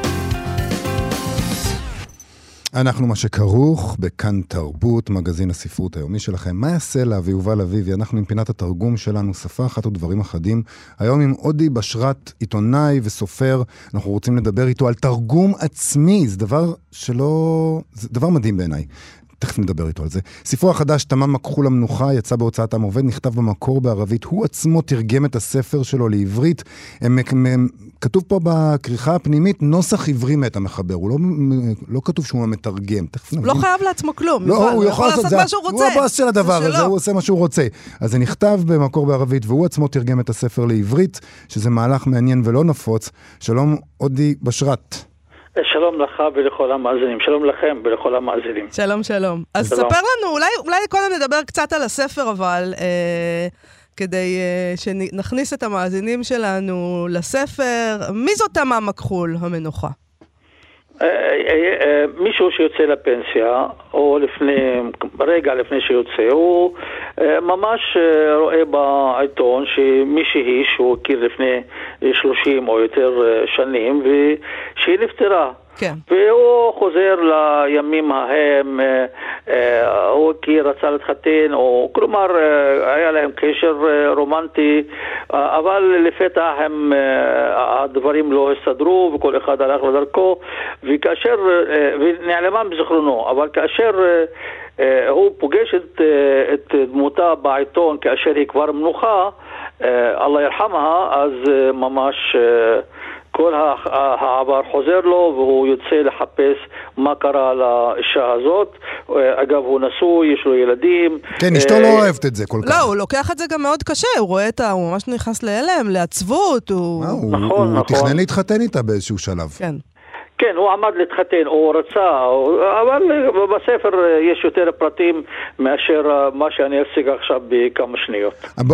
אנחנו מה שכרוך בכאן תרבות, מגזין הספרות היומי שלכם. מאיה סלע ויובל אביבי, אנחנו עם פינת התרגום שלנו, שפה אחת ודברים אחדים. היום עם אודי בשרת, עיתונאי וסופר, אנחנו רוצים לדבר איתו על תרגום עצמי, זה דבר שלא, זה דבר מדהים בעיניי. תכף נדבר איתו על זה. ספרו החדש, תמם מכחול המנוחה, יצא בהוצאת עם עובד, נכתב במקור בערבית. הוא עצמו תרגם את הספר שלו לעברית. הם, הם, הם, כתוב פה בכריכה הפנימית, נוסח עברי מת המחבר. הוא לא, לא כתוב שהוא מתרגם. הוא לא חייב לעצמו כלום. לא, הוא, הוא יכול לעשות מה שהוא רוצה. הוא הבוס של הדבר הזה, הוא עושה מה שהוא רוצה. אז זה נכתב במקור בערבית, והוא עצמו תרגם את הספר לעברית, שזה מהלך מעניין ולא נפוץ. שלום, אודי בשרת. שלום לך ולכל המאזינים, שלום לכם ולכל המאזינים. שלום, שלום. אז שלום. ספר לנו, אולי, אולי קודם נדבר קצת על הספר, אבל אה, כדי אה, שנכניס את המאזינים שלנו לספר, מי זאת תמם מכחול המנוחה? אה, אה, אה, מישהו שיוצא לפנסיה, או לפני, ברגע לפני שיוצא, הוא אה, ממש אה, רואה בעיתון שמישהי שהוא הכיר לפני שלושים או יותר אה, שנים, ושהיא נפטרה. כן. והוא חוזר לימים ההם, אה, אה, הוא כי רצה להתחתן, או כלומר אה, היה להם קשר אה, רומנטי, אה, אבל לפתע הם, אה, הדברים לא הסתדרו, וכל אחד הלך לדרכו, וכאשר, אה, ונעלמה בזכרונו, אבל כאשר אה, אה, הוא פוגש את, אה, את דמותה בעיתון, כאשר היא כבר מנוחה, אה, אללה ירחמها, אז אה, ממש... אה, כל העבר חוזר לו, והוא יוצא לחפש מה קרה לאישה הזאת. אגב, הוא נשוי, יש לו ילדים. כן, אשתו לא אוהבת את זה כל כך. לא, הוא לוקח את זה גם מאוד קשה, הוא רואה את ה... הוא ממש נכנס להלם, לעצבות, הוא... נכון, נכון. הוא תכנן להתחתן איתה באיזשהו שלב. כן. כן, הוא עמד להתחתן, הוא רצה, אבל בספר יש יותר פרטים מאשר מה שאני אציג עכשיו בכמה שניות.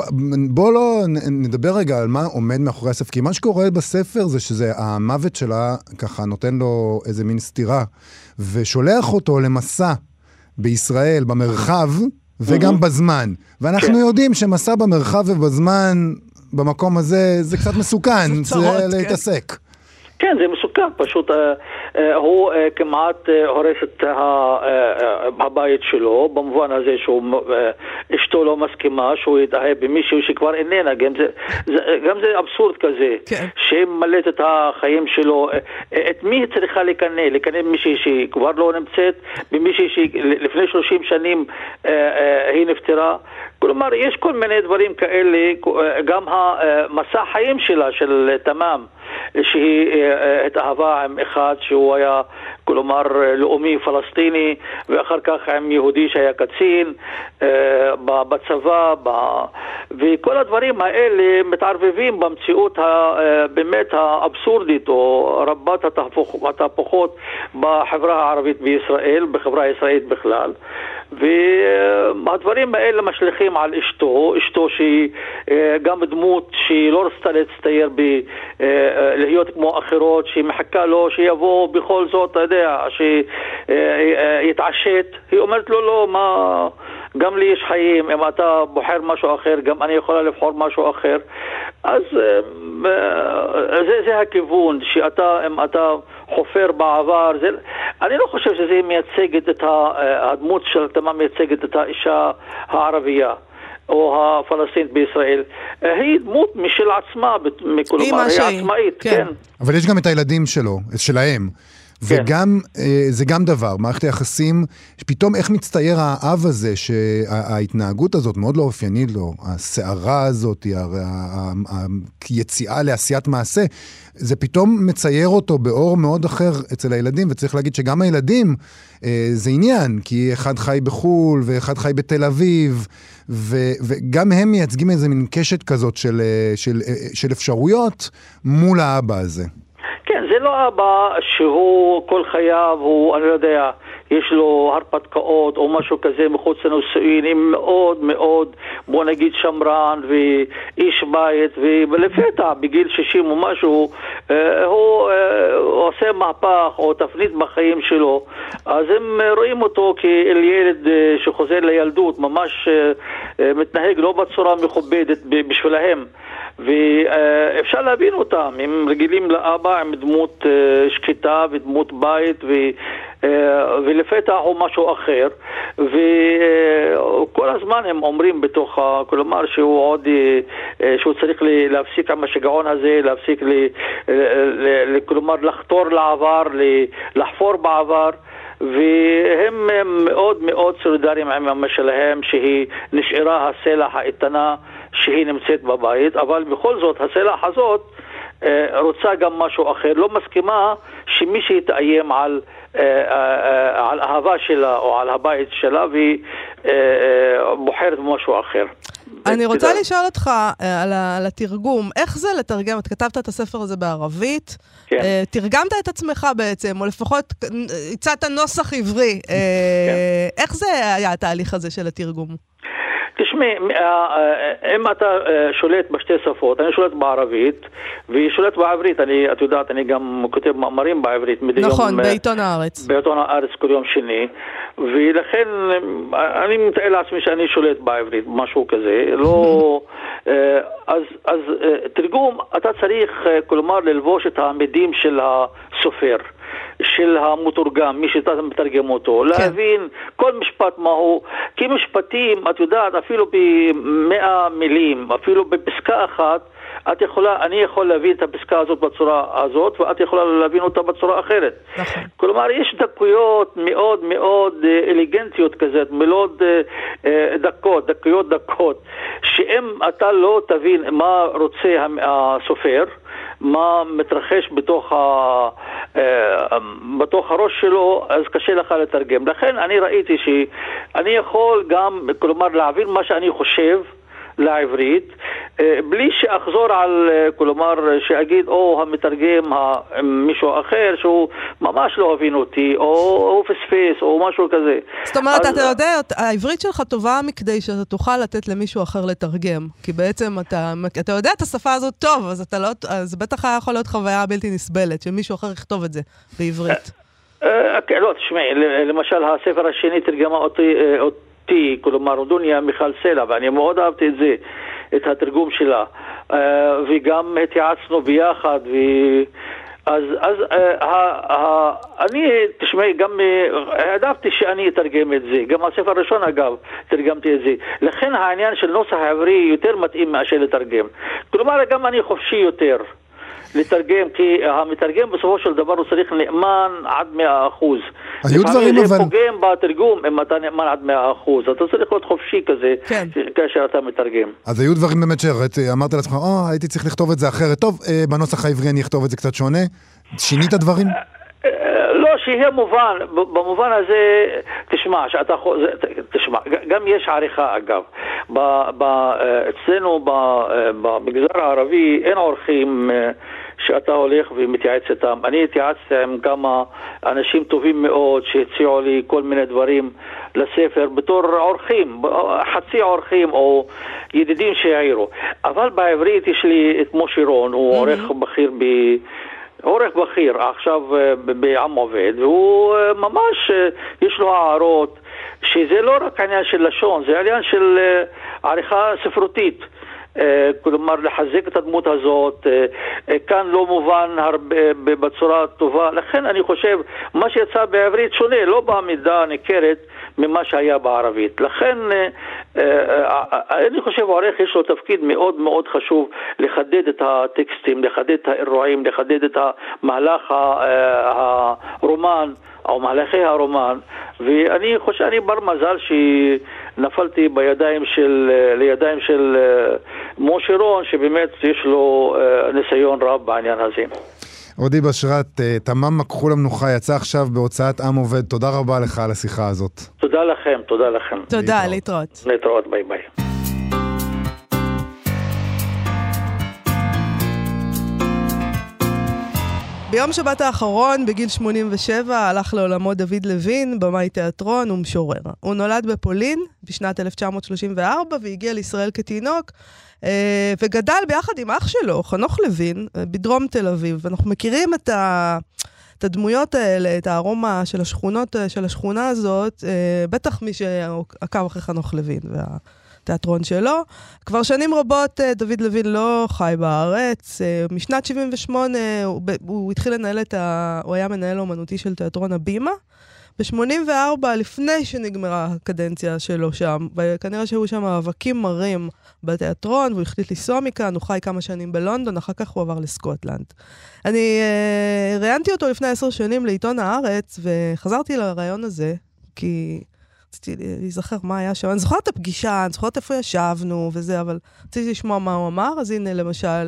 בוא לא נדבר רגע על מה עומד מאחורי הספר, כי מה שקורה בספר זה שזה המוות שלה ככה נותן לו איזה מין סתירה, ושולח אותו למסע בישראל, במרחב, וגם בזמן. ואנחנו יודעים שמסע במרחב ובזמן, במקום הזה, זה קצת מסוכן, זה להתעסק. כן, זה מסוכן, פשוט הוא כמעט הורס את הבית שלו, במובן הזה שאשתו לא מסכימה, שהוא יתאהב במישהו שכבר איננה, גם זה, גם זה אבסורד כזה, כן. שמלט את החיים שלו. את מי היא צריכה לקנא? לקנא במישהי שכבר לא נמצאת, במישהי שלפני שלושים שנים היא נפטרה. כלומר, יש כל מיני דברים כאלה, גם המסע החיים שלה, של תמם, שהיא התאהבה עם אחד שהוא היה, כלומר, לאומי פלסטיני, ואחר כך עם יהודי שהיה קצין בצבא, וכל הדברים האלה מתערבבים במציאות באמת האבסורדית, או רבת התהפוכות בחברה הערבית בישראל, בחברה הישראלית בכלל. והדברים האלה משליכים על אשתו, אשתו שהיא גם דמות שהיא לא רצתה להצטייר ב... להיות כמו אחרות, שהיא מחכה לו שיבוא בכל זאת, אתה יודע, שיתעשת. היא אומרת לו, לא, מה... גם לי יש חיים, אם אתה בוחר משהו אחר, גם אני יכולה לבחור משהו אחר. אז זה, זה הכיוון, שאתה, אם אתה חופר בעבר, זה, אני לא חושב שזה מייצגת את הדמות של תמם, מייצגת את האישה הערבייה או הפלסטינית בישראל. היא דמות משל עצמה, כלומר, היא עצמאית, כן. כן. אבל יש גם את הילדים שלו, שלהם. וגם, זה גם דבר, מערכת היחסים, פתאום איך מצטייר האב הזה, שההתנהגות הזאת מאוד לא אופיינית לו, השערה הזאת, היציאה לעשיית מעשה, זה פתאום מצייר אותו באור מאוד אחר אצל הילדים, וצריך להגיד שגם הילדים זה עניין, כי אחד חי בחול, ואחד חי בתל אביב, וגם הם מייצגים איזה מין קשת כזאת של, של, של אפשרויות מול האבא הזה. כן, זה לא אבא שהוא כל חייו, הוא, אני לא יודע, יש לו הרפתקאות או משהו כזה מחוץ לנושאים, מאוד מאוד, בוא נגיד שמרן ואיש בית, ולפתע בגיל שישים או משהו, אה, הוא, אה, הוא עושה מהפך או תפנית בחיים שלו, אז הם רואים אותו כאל ילד אה, שחוזר לילדות, ממש אה, אה, מתנהג לא בצורה מכובדת בשבילהם. ואפשר להבין אותם, הם רגילים לאבא עם דמות שקטה ודמות בית, ולפתע הוא משהו אחר, וכל הזמן הם אומרים בתוך, כלומר שהוא עוד, שהוא צריך להפסיק עם השגעון הזה, להפסיק, כלומר לחתור לעבר, לחפור בעבר, והם מאוד מאוד סולידריים עם אמא שלהם שהיא נשארה הסלח האיתנה שהיא נמצאת בבית, אבל בכל זאת הסלח הזאת רוצה גם משהו אחר, לא מסכימה שמישהי תאיים על, על אהבה שלה או על הבית שלה, והיא בוחרת במשהו אחר. אני רוצה לשאול אותך על, על התרגום, איך זה לתרגם? את כתבת את הספר הזה בערבית, כן. תרגמת את עצמך בעצם, או לפחות הצעת נוסח עברי, כן. איך זה היה התהליך הזה של התרגום? תשמעי, אם אתה שולט בשתי שפות, אני שולט בערבית, והיא שולט בעברית, אני, את יודעת, אני גם כותב מאמרים בעברית. נכון, בעיתון הארץ. בעיתון הארץ כל יום שני, ולכן אני מתאר לעצמי שאני שולט בעברית, משהו כזה, לא... אז, אז תרגום, אתה צריך, כלומר, ללבוש את העמדים של הסופר. של המתורגם, מי שאתה מתרגם אותו, כן. להבין כל משפט מהו, כי משפטים, את יודעת, אפילו במאה מילים, אפילו בפסקה אחת, את יכולה, אני יכול להבין את הפסקה הזאת בצורה הזאת, ואת יכולה להבין אותה בצורה אחרת. נכון. כלומר, יש דקויות מאוד מאוד אליגנטיות כזאת, מאוד דקות, דקויות דקות, שאם אתה לא תבין מה רוצה הסופר, מה מתרחש בתוך, ה, בתוך הראש שלו, אז קשה לך לתרגם. לכן אני ראיתי שאני יכול גם, כלומר, להעביר מה שאני חושב לעברית, בלי שאחזור על, כלומר, שאגיד, או המתרגם, מישהו אחר, שהוא ממש לא הבין אותי, או הוא פספס, או משהו כזה. זאת אומרת, אז... אתה יודע, העברית שלך טובה מכדי שאתה תוכל לתת למישהו אחר לתרגם, כי בעצם אתה, אתה יודע את השפה הזאת טוב, אז אתה לא, אז בטח היה יכול להיות חוויה בלתי נסבלת, שמישהו אחר יכתוב את זה בעברית. כן, לא, תשמעי, למשל, הספר השני תרגמה אותי, אותי, כלומר, דוניה מיכל סלע, ואני מאוד אהבתי את זה, את התרגום שלה, וגם התייעצנו ביחד, אז, אז uh, uh, uh, אני, תשמעי, גם uh, העדפתי שאני אתרגם את זה. גם הספר הראשון, אגב, תרגמתי את זה. לכן העניין של נוסח העברי יותר מתאים מאשר לתרגם. כלומר, גם אני חופשי יותר לתרגם, כי המתרגם בסופו של דבר הוא צריך נאמן עד מאה אחוז. היו דברים אבל... זה פוגם בתרגום אם אתה נאמן עד מאה אחוז. אתה צריך להיות חופשי כזה, כן. כאשר אתה מתרגם. אז היו דברים באמת שאמרת לעצמך, או, הייתי צריך לכתוב את זה אחרת. טוב, בנוסח העברי אני אכתוב את זה קצת שונה. שינית דברים? לא, שיהיה מובן. במובן הזה, תשמע, שאתה, תשמע, גם יש עריכה, אגב. אצלנו במגזר הערבי אין עורכים שאתה הולך ומתייעץ איתם. אני התייעצתי עם כמה אנשים טובים מאוד שהציעו לי כל מיני דברים לספר בתור עורכים, חצי עורכים או ידידים שהעירו. אבל בעברית יש לי את משה רון, הוא עורך בכיר ב... עורך בכיר עכשיו בעם עובד, והוא ממש, יש לו הערות, שזה לא רק עניין של לשון, זה עניין של עריכה ספרותית. כלומר, לחזק את הדמות הזאת, כאן לא מובן הרבה בצורה טובה. לכן אני חושב, מה שיצא בעברית שונה, לא בעמידה ניכרת ממה שהיה בערבית. לכן אני חושב, עורך יש לו תפקיד מאוד מאוד חשוב לחדד את הטקסטים, לחדד את האירועים, לחדד את המהלך הרומן, או מהלכי הרומן, ואני חושב, אני בר מזל שנפלתי בידיים של, לידיים של משה רון, שבאמת יש לו ניסיון רב בעניין הזה. אודי בשרת, תמם מכחול המנוחה, יצא עכשיו בהוצאת עם עובד. תודה רבה לך על השיחה הזאת. תודה לכם, תודה לכם. תודה, להתראות. להתראות, ביי ביי. ביום שבת האחרון, בגיל שמונים ושבע, הלך לעולמו דוד לוין, במאי תיאטרון ומשורר. הוא נולד בפולין בשנת אלף תשע מאות שלושים וארבע והגיע לישראל כתינוק, וגדל ביחד עם אח שלו, חנוך לוין, בדרום תל אביב. ואנחנו מכירים את, ה... את הדמויות האלה, את הארומה של השכונות, של השכונה הזאת, בטח מי שעקב אחרי חנוך לוין וה... תיאטרון שלו. כבר שנים רבות דוד לוין לא חי בארץ. משנת שבעים ושמונה הוא, הוא התחיל לנהל את ה... הוא היה מנהל אומנותי של תיאטרון הבימה. ב-שמונים וארבע, לפני שנגמרה הקדנציה שלו שם, וכנראה שהיו שם מאבקים מרים בתיאטרון, והוא החליט לנסוע מכאן, הוא חי כמה שנים בלונדון, אחר כך הוא עבר לסקוטלנד. אני uh, ראיינתי אותו לפני עשר שנים לעיתון הארץ, וחזרתי לרעיון הזה, כי... רציתי להיזכר מה היה שם. אני זוכרת את הפגישה, אני זוכרת איפה ישבנו וזה, אבל רציתי לשמוע מה הוא אמר. אז הנה למשל,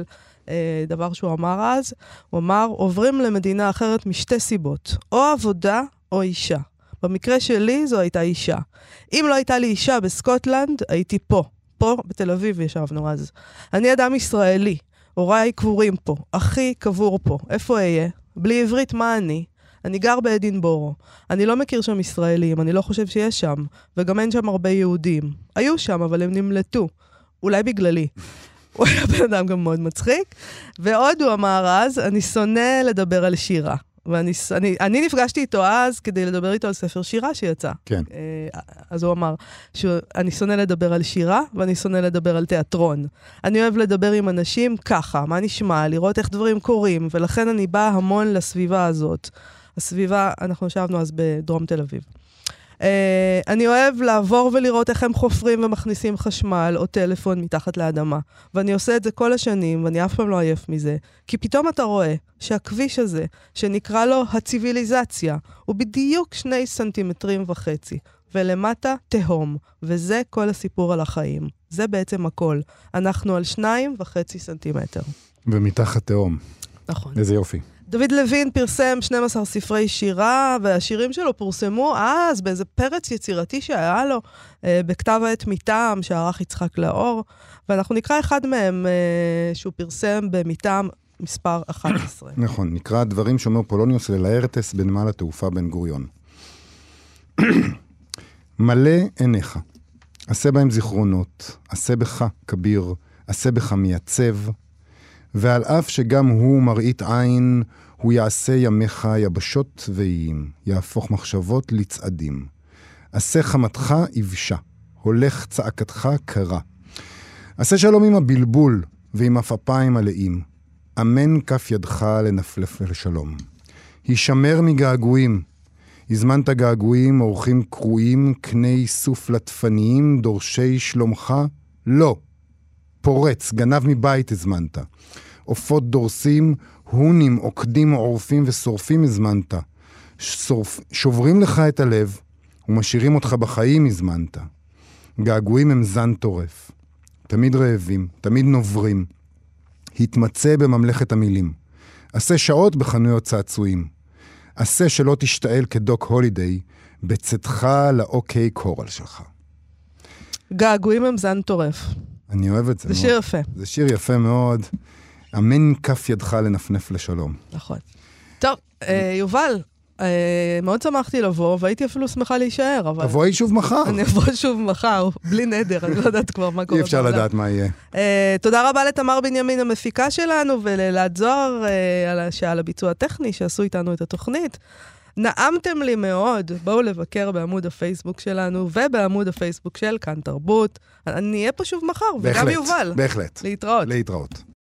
דבר שהוא אמר אז, הוא אמר, עוברים למדינה אחרת משתי סיבות, או עבודה או אישה. במקרה שלי זו הייתה אישה. אם לא הייתה לי אישה בסקוטלנד, הייתי פה. פה בתל אביב ישבנו אז. אני אדם ישראלי, הוריי קבורים פה, אחי קבור פה. איפה אהיה? בלי עברית מה אני? אני גר באדינבורו. אני לא מכיר שם ישראלים, אני לא חושב שיש שם, וגם אין שם הרבה יהודים. היו שם, אבל הם נמלטו. אולי בגללי. הוא היה בן אדם גם מאוד מצחיק. ועוד הוא אמר אז, אני שונא לדבר על שירה. ואני אני, אני נפגשתי איתו אז כדי לדבר איתו על ספר שירה שיצא. כן. אז הוא אמר שאני שונא לדבר על שירה, ואני שונא לדבר על תיאטרון. אני אוהב לדבר עם אנשים ככה, מה נשמע, לראות איך דברים קורים, ולכן אני באה המון לסביבה הזאת. הסביבה, אנחנו ישבנו אז בדרום תל אביב. Uh, אני אוהב לעבור ולראות איך הם חופרים ומכניסים חשמל או טלפון מתחת לאדמה. ואני עושה את זה כל השנים, ואני אף פעם לא עייף מזה. כי פתאום אתה רואה שהכביש הזה, שנקרא לו הציביליזציה, הוא בדיוק שני סנטימטרים וחצי. ולמטה תהום. וזה כל הסיפור על החיים. זה בעצם הכל. אנחנו על שניים וחצי סנטימטר. ומתחת תהום. נכון. איזה יופי. דוד לוין פרסם שנים עשר ספרי שירה, והשירים שלו פורסמו אז באיזה פרץ יצירתי שהיה לו, אה, בכתב העת מטעם שערך יצחק לאור, ואנחנו נקרא אחד מהם אה, שהוא פרסם במטעם מספר אחת עשרה. נכון, נקרא דברים שאומר פולוניוס ללארטס בנמל התעופה בן גוריון. מלא עיניך, עשה בהם זיכרונות, עשה בך כביר, עשה בך מייצב, ועל אף שגם הוא מראית עין, הוא יעשה ימיך יבשות ואיים, יהפוך מחשבות לצעדים. עשה חמתך יבשה, הולך צעקתך קרה. עשה שלום עם הבלבול ועם אפיים מלאים. אמן כף ידך לנפלף לשלום. הישמר מגעגועים. הזמנת געגועים, אורחים קרועים, קני סוף לטפניים, דורשי שלומך? לא. פורץ, גנב מבית הזמנת. עופות דורסים, הונים, עוקדים, עורפים ושורפים הזמנת. שורפ... שוברים לך את הלב, ומשאירים אותך בחיים הזמנת. געגועים הם זן טורף. תמיד רעבים, תמיד נוברים. התמצא בממלכת המילים. עשה שעות בחנויות צעצועים. עשה שלא תשתעל כדוק הולידיי, בצאתך לאוקיי קורל שלך. געגועים הם זן טורף. אני אוהב את זה. זה מאוד. שיר יפה. זה שיר יפה מאוד. אמן כף ידך לנפנף לשלום. נכון. טוב, אה, יובל, אה, מאוד שמחתי לבוא, והייתי אפילו שמחה להישאר, אבל... תבואי שוב מחר. אני אבוא שוב מחר, בלי נדר, אני לא יודעת כבר מה קורה. אי אפשר לדעת מה יהיה. אה, תודה רבה לתמר בנימין המפיקה שלנו, ולאלעד זוהר אה, על שעל הביצוע הטכני, שעשו איתנו את התוכנית. נעמתם לי מאוד, בואו לבקר בעמוד הפייסבוק שלנו, ובעמוד הפייסבוק של כאן תרבות. אני אהיה פה שוב מחר, וגם יובל. בהחלט. להתראות. להתראות.